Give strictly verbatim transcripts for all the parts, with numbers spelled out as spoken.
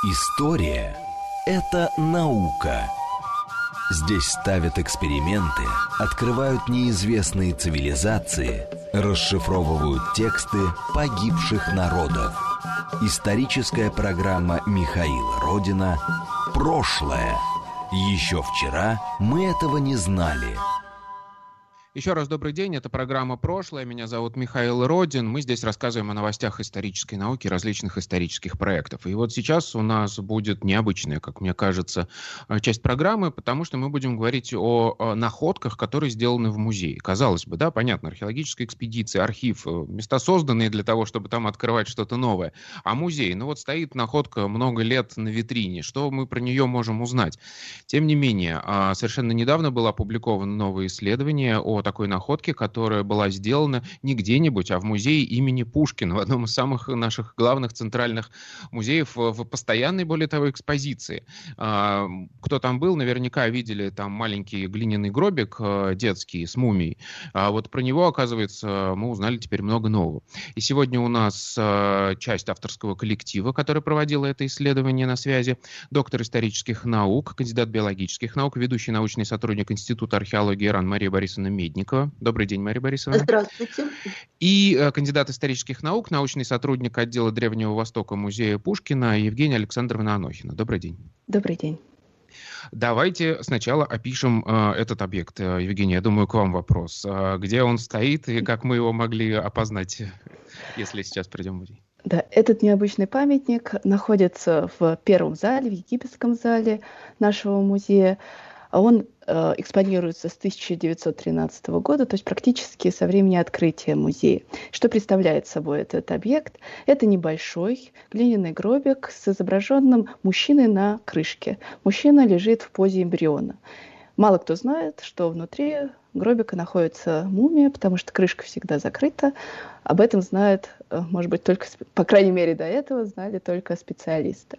История – это наука. Здесь ставят эксперименты, открывают неизвестные цивилизации, расшифровывают тексты погибших народов. Историческая программа Михаила Родина «Прошлое». Еще вчера мы этого не знали. Еще раз добрый день, это программа «Прошлое». Меня зовут Михаил Родин. Мы здесь рассказываем о новостях исторической науки, различных исторических проектов. И вот сейчас у нас будет необычная, как мне кажется, часть программы, потому что мы будем говорить о находках, которые сделаны в музее. Казалось бы, да, понятно, археологическая экспедиция, архив, места созданные для того, чтобы там открывать что-то новое. А музей, ну вот стоит находка много лет на витрине. Что мы про нее можем узнать? Тем не менее, совершенно недавно было опубликовано новое исследование о такой находке, которая была сделана не где-нибудь, а в музее имени Пушкина, в одном из самых наших главных центральных музеев в постоянной, более того, экспозиции. Кто там был, наверняка видели там маленький глиняный гробик детский с мумией. А вот про него, оказывается, мы узнали теперь много нового. И сегодня у нас часть авторского коллектива, который проводил это исследование на связи, доктор исторических наук, кандидат биологических наук, ведущий научный сотрудник Института археологии РАН Мария Борисовна Медникова. Добрый день, Мария Борисовна. Здравствуйте. И э, кандидат исторических наук, научный сотрудник отдела Древнего Востока Музея Пушкина Евгения Александровна Анохина. Добрый день. Добрый день. Давайте сначала опишем э, этот объект. Э, Евгения, я думаю, к вам вопрос. Э, где он стоит и как мы его могли опознать, если сейчас придем в музей? Да, этот необычный памятник находится в первом зале, в египетском зале нашего музея. Он э, экспонируется с тысяча девятьсот тринадцатого года, то есть практически со времени открытия музея. Что представляет собой этот объект? Это небольшой глиняный гробик с изображенным мужчиной на крышке. Мужчина лежит в позе эмбриона. Мало кто знает, что внутри гробика находится мумия, потому что крышка всегда закрыта. Об этом знают, может быть, только, по крайней мере, до этого знали только специалисты.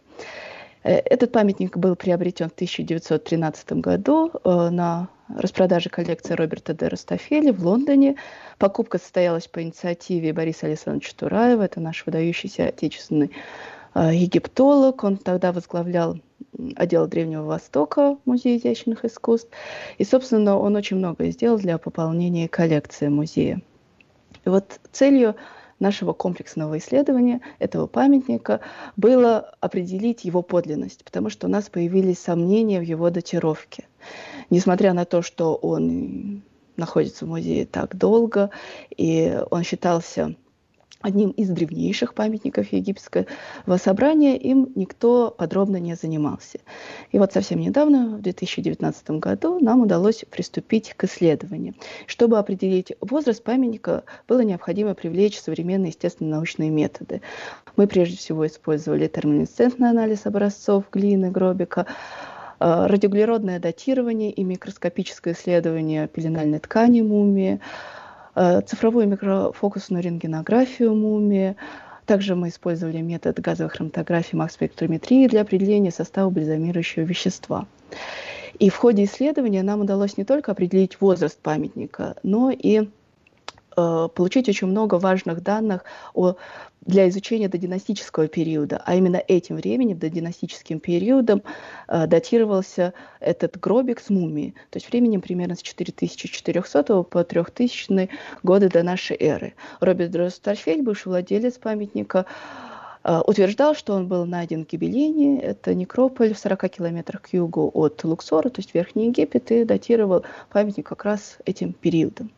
Этот памятник был приобретен в тысяча девятьсот тринадцатом году на распродаже коллекции Роберта де Ростофели в Лондоне. Покупка состоялась по инициативе Бориса Александровича Тураева. Это наш выдающийся отечественный египтолог. Он тогда возглавлял отдел Древнего Востока Музея изящных искусств. И, собственно, он очень многое сделал для пополнения коллекции музея. И вот целью нашего комплексного исследования этого памятника было определить его подлинность, потому что у нас появились сомнения в его датировке. Несмотря на то, что он находится в музее так долго, и он считался одним из древнейших памятников египетского собрания, им никто подробно не занимался. И вот совсем недавно, в две тысячи девятнадцатом году, нам удалось приступить к исследованию. Чтобы определить возраст памятника, было необходимо привлечь современные естественно-научные методы. Мы прежде всего использовали термолюминесцентный анализ образцов глины, гробика, радиоуглеродное датирование и микроскопическое исследование пеленальной ткани мумии, цифровую микрофокусную рентгенографию мумии. Также мы использовали метод газовой хроматографии масс-спектрометрии для определения состава бальзамирующего вещества. И в ходе исследования нам удалось не только определить возраст памятника, но и э, получить очень много важных данных о, для изучения додинастического периода. А именно этим временем, додинастическим периодом, э, датировался этот гробик с мумией. То есть временем примерно с четыре тысячи четырехсотого по трехтысячные годы до нашей эры. Роберт де Ростофель, бывший владелец памятника, э, утверждал, что он был найден в Гибелине. Это некрополь в сорока километрах к югу от Луксора, то есть Верхний Египет, и датировал памятник как раз этим периодом.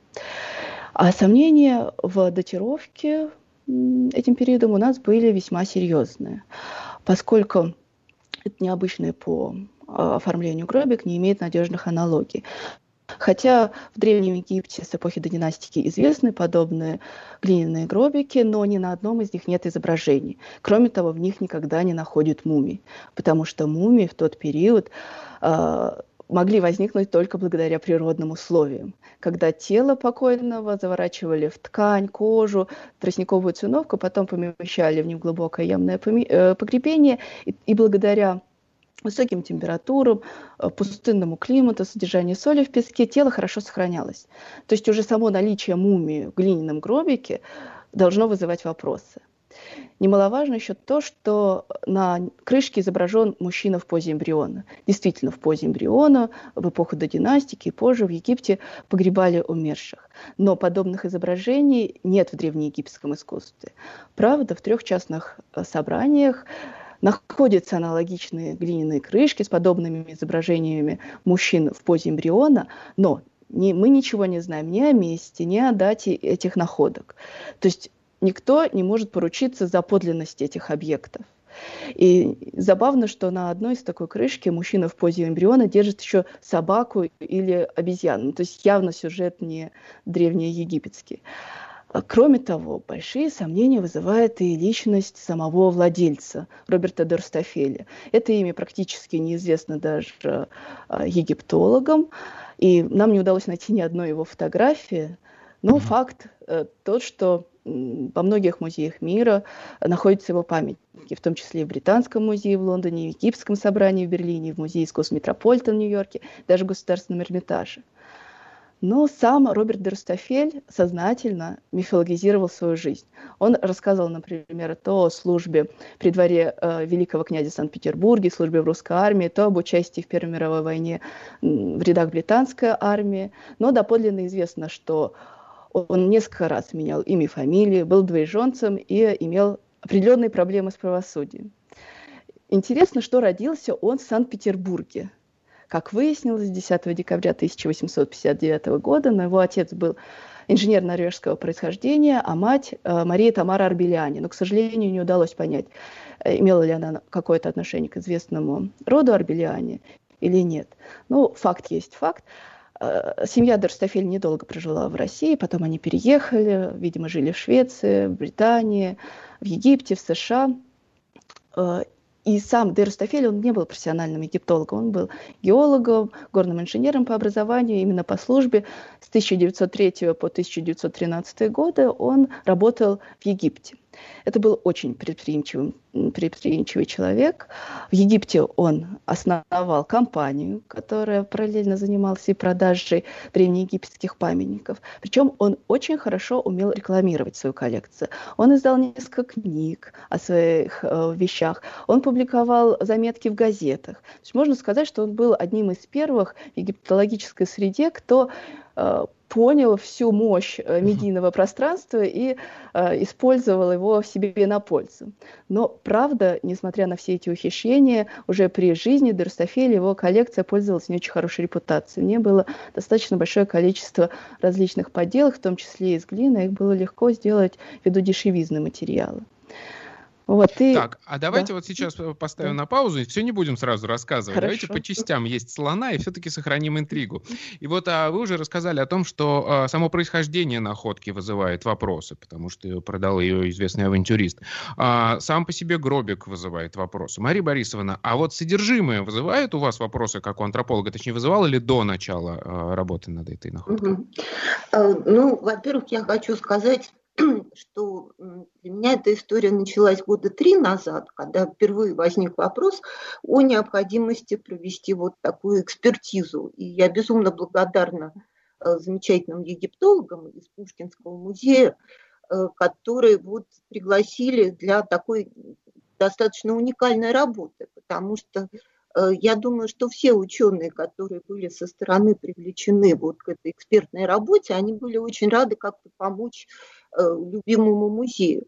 А сомнения в датировке этим периодом у нас были весьма серьезные, поскольку это необычный по оформлению гробик не имеет надежных аналогий. Хотя в Древнем Египте с эпохи додинастики известны подобные глиняные гробики, но ни на одном из них нет изображений. Кроме того, в них никогда не находят мумий, потому что мумии в тот период э, могли возникнуть только благодаря природным условиям, когда тело покойного заворачивали в ткань, кожу, тростниковую циновку, потом помещали в неглубокое ямное погребение, и, и благодаря высоким температурам, пустынному климату, содержанию соли в песке, тело хорошо сохранялось. То есть уже само наличие мумии в глиняном гробике должно вызывать вопросы. Немаловажно еще то, что на крышке изображен мужчина в позе эмбриона. Действительно, в позе эмбриона в эпоху додинастики и позже в Египте погребали умерших. Но подобных изображений нет в древнеегипетском искусстве. Правда, в трех частных собраниях находятся аналогичные глиняные крышки с подобными изображениями мужчин в позе эмбриона, но не, мы ничего не знаем ни о месте, ни о дате этих находок. То есть никто не может поручиться за подлинность этих объектов. И забавно, что на одной из такой крышки мужчина в позе эмбриона держит еще собаку или обезьяну. То есть явно сюжет не древнеегипетский. Кроме того, большие сомнения вызывает и личность самого владельца, Роберта Д'Орстофеля. Это имя практически неизвестно даже египтологам, и нам не удалось найти ни одной его фотографии. Но mm-hmm. факт э, тот, что во многих музеях мира находятся его памятники, в том числе и в Британском музее в Лондоне, в Египетском собрании в Берлине, в Музее искусств Метрополитен в Нью-Йорке, даже в Государственном Эрмитаже. Но сам Роберт Д'Орстофель сознательно мифологизировал свою жизнь. Он рассказывал, например, то о службе при дворе э, великого князя Санкт-Петербурге, службе в русской армии, то об участии в Первой мировой войне в рядах британской армии. Но доподлинно известно, что он несколько раз менял имя и фамилию, был двоеженцем и имел определенные проблемы с правосудием. Интересно, что родился он в Санкт-Петербурге. Как выяснилось, десятого декабря тысяча восемьсот пятьдесят девятого года, но его отец был инженер норвежского происхождения, а мать э, Мария Тамара Арбеляни. Но, к сожалению, не удалось понять, э, имела ли она какое-то отношение к известному роду Арбеляни или нет. Ну, факт есть факт. Э, семья Д'Орстофель недолго прожила в России, потом они переехали, видимо, жили в Швеции, в Британии, в Египте, в США. Э, И сам Д'Орстофель, он не был профессиональным египтологом, он был геологом, горным инженером по образованию, именно по службе. С тысяча девятьсот третьего по тысяча девятьсот тринадцатый годы он работал в Египте. Это был очень предприимчивый, предприимчивый человек. В Египте он основал компанию, которая параллельно занималась и продажей древнеегипетских памятников. Причем он очень хорошо умел рекламировать свою коллекцию. Он издал несколько книг о своих э, вещах. Он публиковал заметки в газетах. То есть можно сказать, что он был одним из первых в египтологической среде, кто э, понял всю мощь э, медийного пространства и э, использовал его в себе на пользу. Но, правда, несмотря на все эти ухищрения, уже при жизни Д'Орстофеля его коллекция пользовалась не очень хорошей репутацией. У нее было достаточно большое количество различных подделок, в том числе из глины. Их было легко сделать ввиду дешевизны материала. Вот, и... Так, а давайте да. вот сейчас поставим да. на паузу, и все не будем сразу рассказывать. Хорошо. Давайте по частям. Есть слона, и все-таки сохраним интригу. И вот а, вы уже рассказали о том, что а, само происхождение находки вызывает вопросы, потому что продал ее известный авантюрист. А, сам по себе гробик вызывает вопросы. Мария Борисовна, а вот содержимое вызывает у вас вопросы, как у антрополога, точнее, вызывало ли до начала а, работы над этой находкой? Угу. А, ну, во-первых, я хочу сказать, что для меня эта история началась года три назад, когда впервые возник вопрос о необходимости провести вот такую экспертизу. И я безумно благодарна замечательным египтологам из Пушкинского музея, которые вот пригласили для такой достаточно уникальной работы, потому что я думаю, что все ученые, которые были со стороны привлечены вот к этой экспертной работе, они были очень рады как-то помочь любимому музею.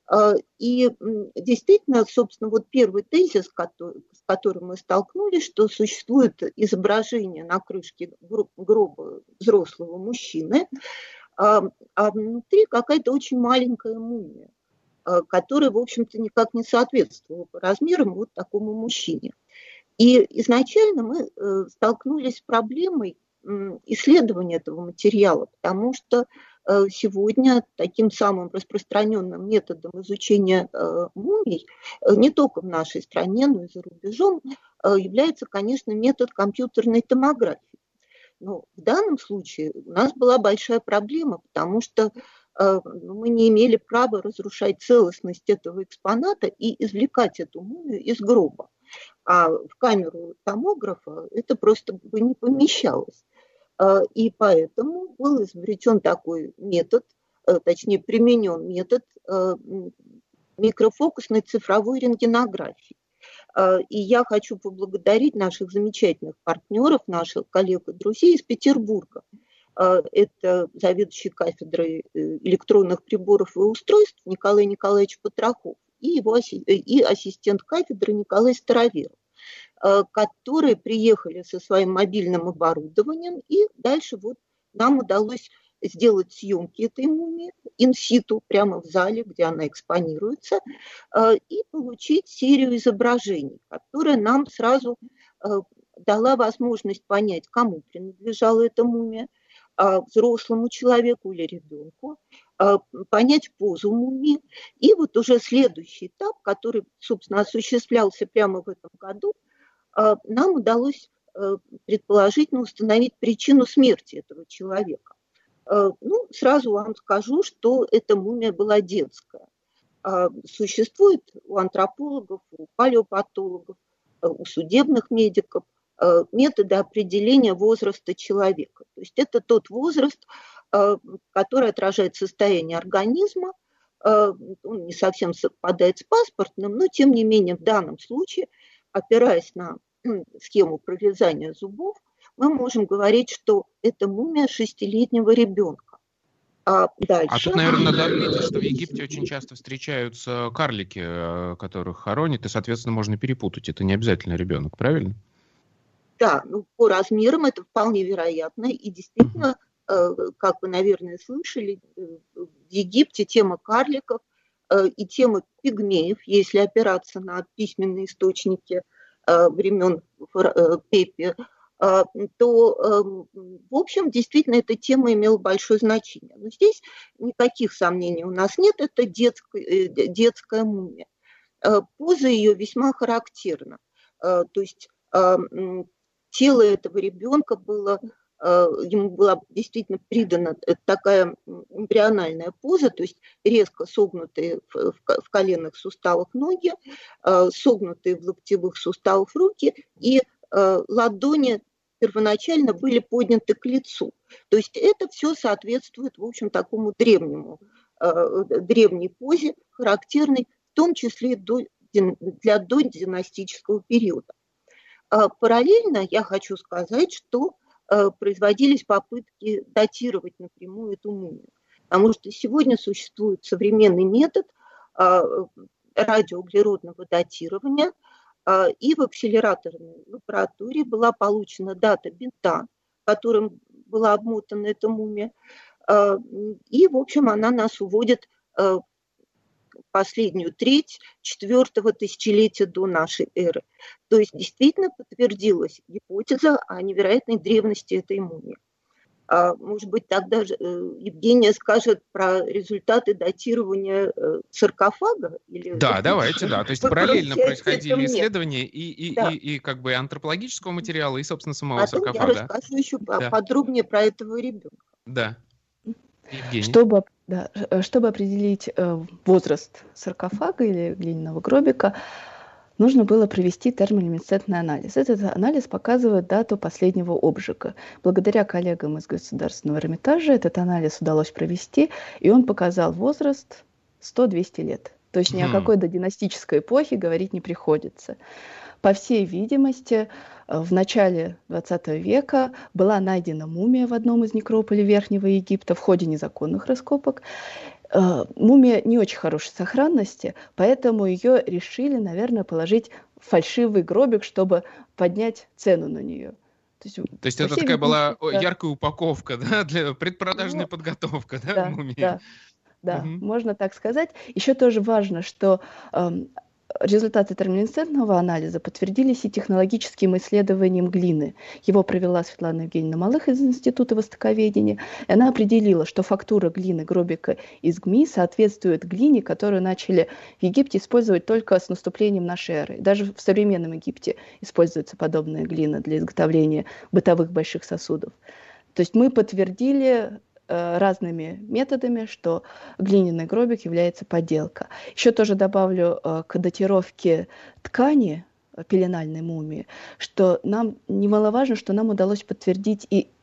И действительно, собственно, вот первый тезис, с которым мы столкнулись, что существует изображение на крышке гроба взрослого мужчины, а внутри какая-то очень маленькая мумия, которая, в общем-то, никак не соответствовала по размерам вот такому мужчине. И изначально мы столкнулись с проблемой исследования этого материала, потому что сегодня таким самым распространенным методом изучения мумий, не только в нашей стране, но и за рубежом, является, конечно, метод компьютерной томографии. Но в данном случае у нас была большая проблема, потому что мы не имели права разрушать целостность этого экспоната и извлекать эту мумию из гроба. А в камеру томографа это просто бы не помещалось. И поэтому был изобретен такой метод, точнее применен метод микрофокусной цифровой рентгенографии. И я хочу поблагодарить наших замечательных партнеров, наших коллег и друзей из Петербурга. Это заведующий кафедрой электронных приборов и устройств Николай Николаевич Потрохов и его и ассистент кафедры Николай Староверов, которые приехали со своим мобильным оборудованием, и дальше вот нам удалось сделать съемки этой мумии инситу, прямо в зале, где она экспонируется, и получить серию изображений, которая нам сразу дала возможность понять, кому принадлежала эта мумия, взрослому человеку или ребенку, понять позу мумии. И вот уже следующий этап, который, собственно, осуществлялся прямо в этом году, нам удалось предположительно установить причину смерти этого человека. Ну, сразу вам скажу, что эта мумия была детская. Существует у антропологов, у палеопатологов, у судебных медиков методы определения возраста человека. То есть это тот возраст, который отражает состояние организма, он не совсем совпадает с паспортным, но тем не менее в данном случае, опираясь на схему прорезания зубов, мы можем говорить, что это мумия шестилетнего ребенка. А, дальше... а тут, наверное, надо отметить, что в Египте очень часто встречаются карлики, которых хоронят, и, соответственно, можно перепутать. Это не обязательно ребенок, правильно? Да, ну, по размерам это вполне вероятно. И действительно, как вы, наверное, слышали, в Египте тема карликов и тема пигмеев, если опираться на письменные источники времен Пепи, то, в общем, действительно, эта тема имела большое значение. Но здесь никаких сомнений у нас нет, это детская, детская мумия. Поза ее весьма характерна. То есть тело этого ребенка было, ему была действительно придана такая эмбриональная поза, то есть резко согнутые в коленных суставах ноги, согнутые в локтевых суставах руки, и ладони первоначально были подняты к лицу. То есть это все соответствует, в общем, такому древнему, древней позе, характерной в том числе для додинастического периода. Параллельно я хочу сказать, что производились попытки датировать напрямую эту мумию, потому что сегодня существует современный метод радиоуглеродного датирования, и в акселераторной лаборатории была получена дата бинта, которым была обмотана эта мумия, и, в общем, она нас уводит в последнюю треть четвертого тысячелетия до нашей эры. То есть действительно подтвердилась гипотеза о невероятной древности этой мумии. Может быть, тогда же Евгения скажет про результаты датирования саркофага? Или... Да, давайте, да. То есть параллельно происходили исследования и, и, да. и, и, и как бы антропологического материала, и, собственно, самого Потом саркофага. Я расскажу еще да. подробнее про этого ребенка. Да. Евгений. Чтобы, да, чтобы определить э, возраст саркофага или глиняного гробика, нужно было провести термолюминесцентный анализ. Этот анализ показывает дату последнего обжига. Благодаря коллегам из Государственного Эрмитажа этот анализ удалось провести, и он показал возраст сто-двести лет. То есть ни о какой додинастической эпохе говорить не приходится. По всей видимости, в начале двадцатого века была найдена мумия в одном из некрополей Верхнего Египта в ходе незаконных раскопок. Мумия не очень хорошей сохранности, поэтому ее решили, наверное, положить в фальшивый гробик, чтобы поднять цену на нее. То есть, То есть это такая была да. яркая упаковка, да, для предпродажная ну, подготовка, да, да, мумии? Да, да угу. можно так сказать. Еще тоже важно, что эм, результаты термолюминесцентного анализа подтвердились и технологическим исследованием глины. Его провела Светлана Евгеньевна Малых из Института востоковедения. И она определила, что фактура глины гробика из ГМИ соответствует глине, которую начали в Египте использовать только с наступлением нашей эры. Даже в современном Египте используется подобная глина для изготовления бытовых больших сосудов. То есть мы подтвердили разными методами, что глиняный гробик является подделка. Еще тоже добавлю к датировке ткани пеленальной мумии, что нам немаловажно, что нам удалось подтвердить и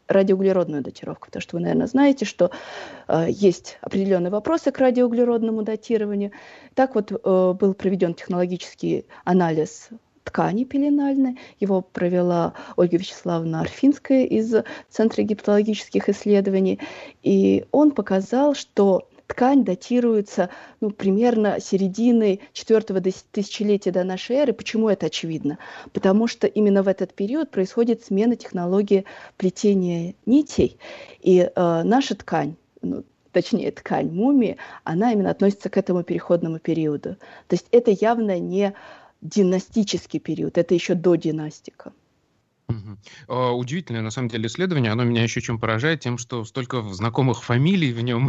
радиоуглеродную датировку, потому что вы, наверное, знаете, что э, есть определенные вопросы к радиоуглеродному датированию. Так вот э, был проведен технологический анализ ткани пеленальной. Его провела Ольга Вячеславовна Арфинская из Центра египтологических исследований. И он показал, что ткань датируется ну, примерно серединой четвертого тысячелетия до нашей эры. Почему это очевидно? Потому что именно в этот период происходит смена технологии плетения нитей. И э, наша ткань, ну, точнее ткань мумии, она именно относится к этому переходному периоду. То есть это явно не династический период, это еще до династика. Угу. Удивительное, на самом деле, исследование. Оно меня еще чем поражает, тем, что столько знакомых фамилий в нем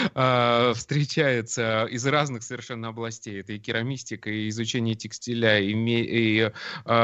встречается из разных совершенно областей. Это и керамистика, и изучение текстиля, и, и э,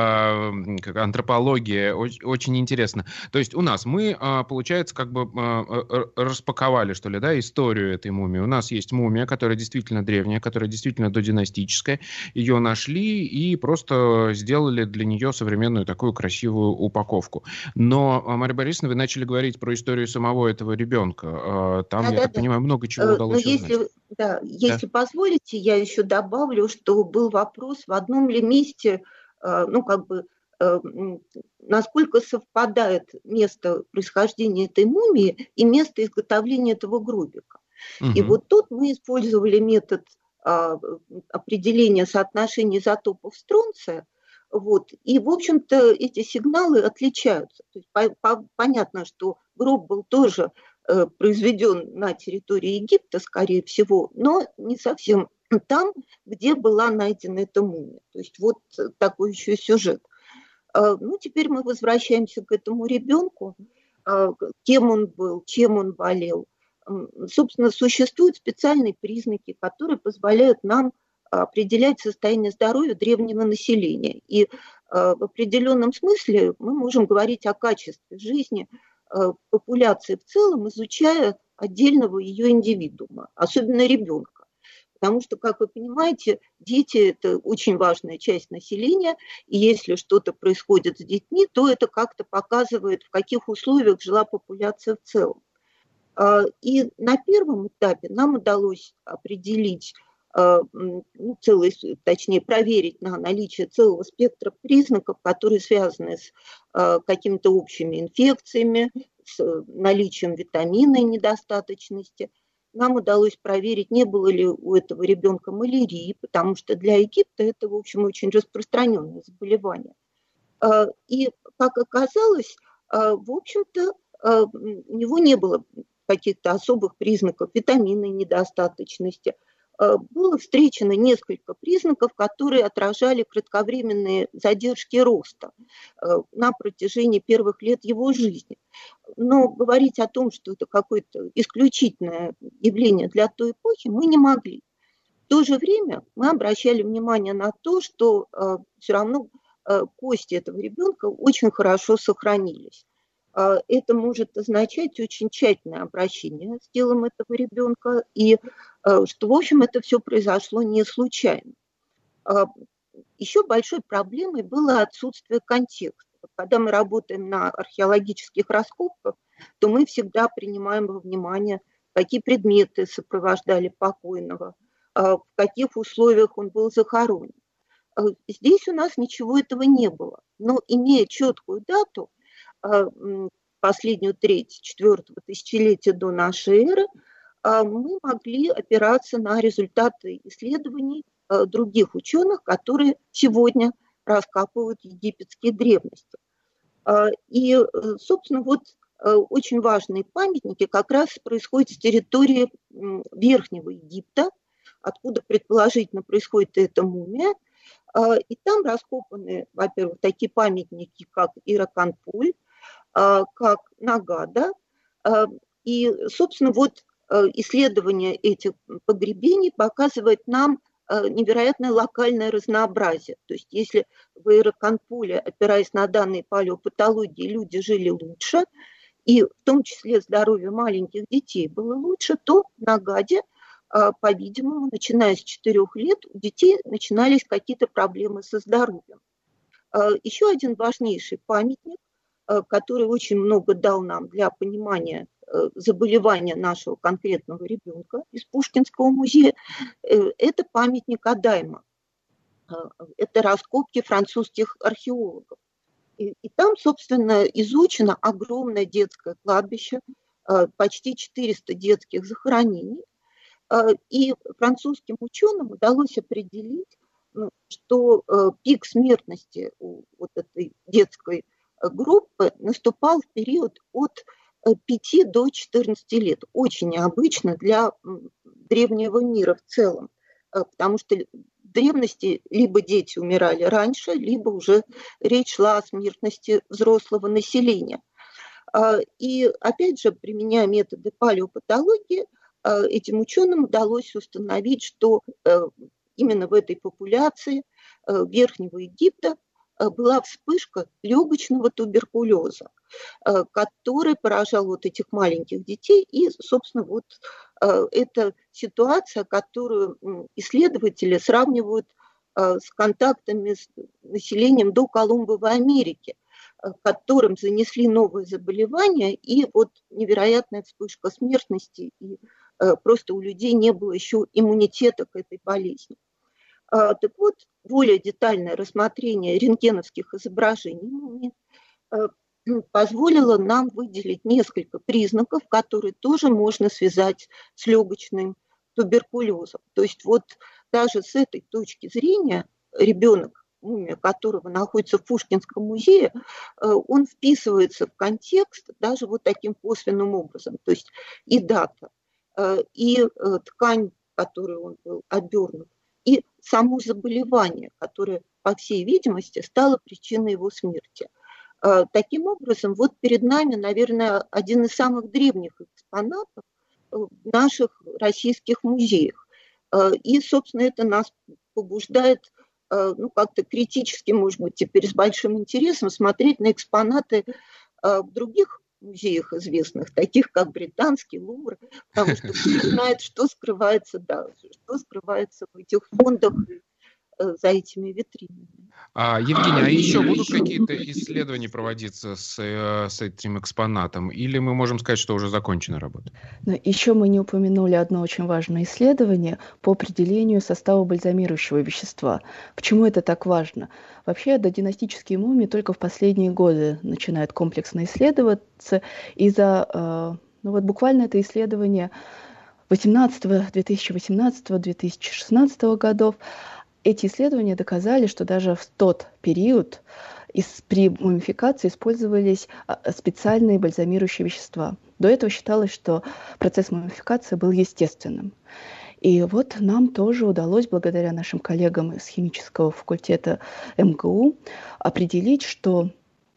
антропология. Очень, очень интересно. То есть у нас мы, получается, как бы распаковали, что ли, да, историю этой мумии. У нас есть мумия, которая действительно древняя, которая действительно додинастическая. Ее нашли и просто сделали для нее современную такую красивую упаковку. Но, Марья Борисовна, вы начали говорить про историю самого этого ребенка. Там, да, я да, так да. понимаю, много чего удалось Но узнать. Если, да, если да. позволите, я еще добавлю, что был вопрос, в одном ли месте, ну, как бы, насколько совпадает место происхождения этой мумии и место изготовления этого гробика. Угу. И вот тут мы использовали метод определения соотношения изотопов стронция. Вот. И, в общем-то, эти сигналы отличаются. То есть, по, по, понятно, что гроб был тоже э, произведен на территории Египта, скорее всего, но не совсем там, где была найдена эта мумия. То есть вот такой еще сюжет. Э, ну, теперь мы возвращаемся к этому ребенку. Э, кем он был, чем он болел. Э, собственно, существуют специальные признаки, которые позволяют нам определять состояние здоровья древнего населения. И э, в определенном смысле мы можем говорить о качестве жизни э, популяции в целом, изучая отдельного ее индивидуума, особенно ребенка. Потому что, как вы понимаете, дети – это очень важная часть населения, и если что-то происходит с детьми, то это как-то показывает, в каких условиях жила популяция в целом. Э, и на первом этапе нам удалось определить, Ну, целый, точнее, проверить на наличие целого спектра признаков, которые связаны с э, какими-то общими инфекциями, с наличием витаминной недостаточности. Нам удалось проверить, не было ли у этого ребенка малярии, потому что для Египта это, в общем, очень распространенное заболевание. Э, и, как оказалось, э, в общем-то, э, у него не было каких-то особых признаков витаминной недостаточности. Было встречено несколько признаков, которые отражали кратковременные задержки роста на протяжении первых лет его жизни. Но говорить о том, что это какое-то исключительное явление для той эпохи, мы не могли. В то же время мы обращали внимание на то, что все равно кости этого ребенка очень хорошо сохранились. Это может означать очень тщательное обращение с телом этого ребенка, и что, в общем, это все произошло не случайно. Еще большой проблемой было отсутствие контекста. Когда мы работаем на археологических раскопках, то мы всегда принимаем во внимание, какие предметы сопровождали покойного, в каких условиях он был захоронен. Здесь у нас ничего этого не было. Но имея четкую дату, последнюю треть четвертого тысячелетия до нашей эры, мы могли опираться на результаты исследований других ученых, которые сегодня раскапывают египетские древности. И, собственно, вот очень важные памятники как раз происходят с территории Верхнего Египта, откуда предположительно происходит эта мумия. И там раскопаны, во-первых, такие памятники, как Ираканпуль, как Нагада. И, собственно, вот исследование этих погребений показывает нам невероятное локальное разнообразие. То есть если в Ираканпуле, опираясь на данные палеопатологии, люди жили лучше, и в том числе здоровье маленьких детей было лучше, то в Нагаде, по-видимому, начиная с четырех лет, у детей начинались какие-то проблемы со здоровьем. Еще один важнейший памятник который очень много дал нам для понимания заболевания нашего конкретного ребенка из Пушкинского музея, это памятник Адайма. Это раскопки французских археологов. И, и там, собственно, изучено огромное детское кладбище, почти четыреста детских захоронений. И французским ученым удалось определить, что пик смертности у вот этой детской группы наступал в период от пяти до четырнадцати лет. Очень необычно для древнего мира в целом, потому что в древности либо дети умирали раньше, либо уже речь шла о смертности взрослого населения. И опять же, применяя методы палеопатологии, этим ученым удалось установить, что именно в этой популяции Верхнего Египта была вспышка легочного туберкулеза, который поражал вот этих маленьких детей. И, собственно, вот эта ситуация, которую исследователи сравнивают с контактами с населением до Колумбовой Америки, которым занесли новое заболевание, и вот невероятная вспышка смертности, и просто у людей не было еще иммунитета к этой болезни. Так вот, более детальное рассмотрение рентгеновских изображений позволило нам выделить несколько признаков, которые тоже можно связать с легочным туберкулезом. То есть вот даже с этой точки зрения ребенок, мумия которого находится в Пушкинском музее, он вписывается в контекст даже вот таким косвенным образом. То есть и дата, и ткань, которой он был обернут, и само заболевание, которое, по всей видимости, стало причиной его смерти. Таким образом, вот перед нами, наверное, один из самых древних экспонатов в наших российских музеях. И, собственно, это нас побуждает, ну, как-то критически, может быть, теперь с большим интересом смотреть на экспонаты в других музеях известных, таких как британский Лувр, потому что кто знает, что скрывается, да, что скрывается в этих фондах за этими витринами. А, Евгения, а еще будут какие-то исследования проводиться с, с этим экспонатом? Или мы можем сказать, что уже закончена работа? Но еще мы не упомянули одно очень важное исследование по определению состава бальзамирующего вещества. Почему это так важно? Вообще, додинастические мумии только в последние годы начинают комплексно исследоваться. И за, ну вот буквально это исследование две тысячи восемнадцатого — две тысячи шестнадцатого годов, эти исследования доказали, что даже в тот период из, при мумификации использовались специальные бальзамирующие вещества. До этого считалось, что процесс мумификации был естественным. И вот нам тоже удалось, благодаря нашим коллегам из химического факультета эм гэ у, определить, что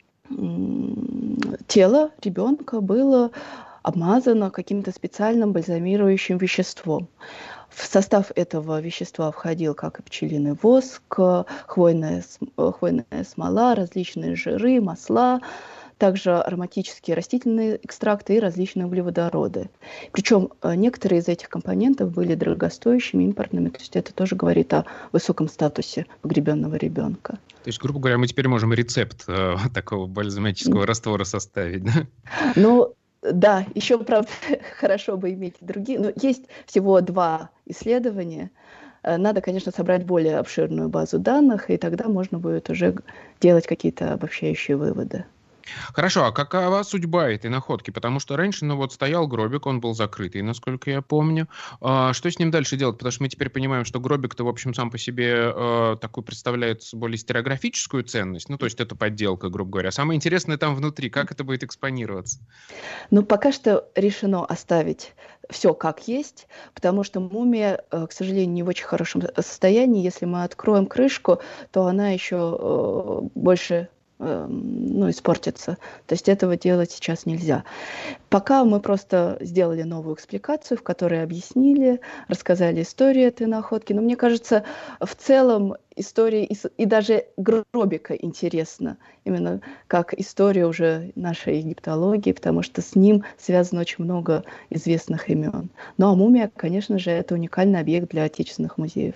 тело ребенка было обмазано каким-то специальным бальзамирующим веществом. В состав этого вещества входил как и пчелиный воск, хвойная, хвойная смола, различные жиры, масла, также ароматические растительные экстракты и различные углеводороды. Причем некоторые из этих компонентов были дорогостоящими, импортными, то есть это тоже говорит о высоком статусе погребенного ребенка. То есть, грубо говоря, мы теперь можем рецепт э, такого бальзамического раствора составить, да? Ну, да, еще, правда, хорошо бы иметь другие, но есть всего два исследования. Надо, конечно, собрать более обширную базу данных, и тогда можно будет уже делать какие-то обобщающие выводы. Хорошо, а какова судьба этой находки? Потому что раньше, ну вот, стоял гробик, он был закрытый, насколько я помню. А, что с ним дальше делать? Потому что мы теперь понимаем, что гробик-то, в общем, сам по себе э, такой представляет более стереографическую ценность, ну, то есть это подделка, грубо говоря. Самое интересное там внутри, как это будет экспонироваться? Ну, пока что решено оставить все как есть, потому что мумия, к сожалению, не в очень хорошем состоянии. Если мы откроем крышку, то она еще э, больше... ну, испортится. То есть этого делать сейчас нельзя. Пока мы просто сделали новую экспликацию, в которой объяснили, рассказали историю этой находки. Но мне кажется, в целом история и, и даже гробика интересна. Именно как история уже нашей египтологии, потому что с ним связано очень много известных имен. Ну а мумия, конечно же, это уникальный объект для отечественных музеев.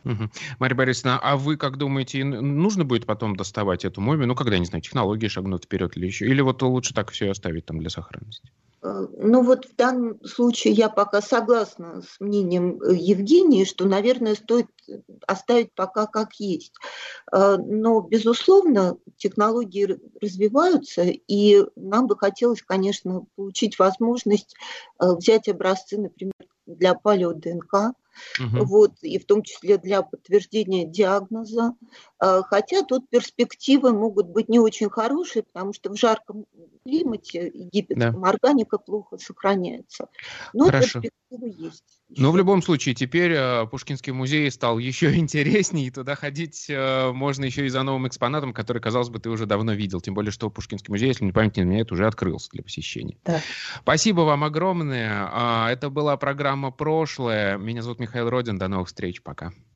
Угу. Марья Борисовна, а вы как думаете, нужно будет потом доставать эту мумию? Ну, когда, не знаю, технологии шагнут вперед или еще? Или вот лучше так все оставить там для сохранности? Ну вот в данном случае я пока согласна с мнением Евгении, что, наверное, стоит оставить пока как есть. Но, безусловно, технологии развиваются, и нам бы хотелось, конечно, получить возможность взять образцы, например, для палео-ДНК, угу. вот, и в том числе для подтверждения диагноза. Хотя тут перспективы могут быть не очень хорошие, потому что в жарком климате египетском да. органика плохо сохраняется. Но Хорошо. перспективы есть. Но в любом случае, теперь э, Пушкинский музей стал еще интереснее, и туда ходить э, можно еще и за новым экспонатом, который, казалось бы, ты уже давно видел. Тем более, что Пушкинский музей, если не память не изменяет, уже открылся для посещения. Да. Спасибо вам огромное. Это была программа «Прошлое». Меня зовут Михаил Родин. До новых встреч. Пока.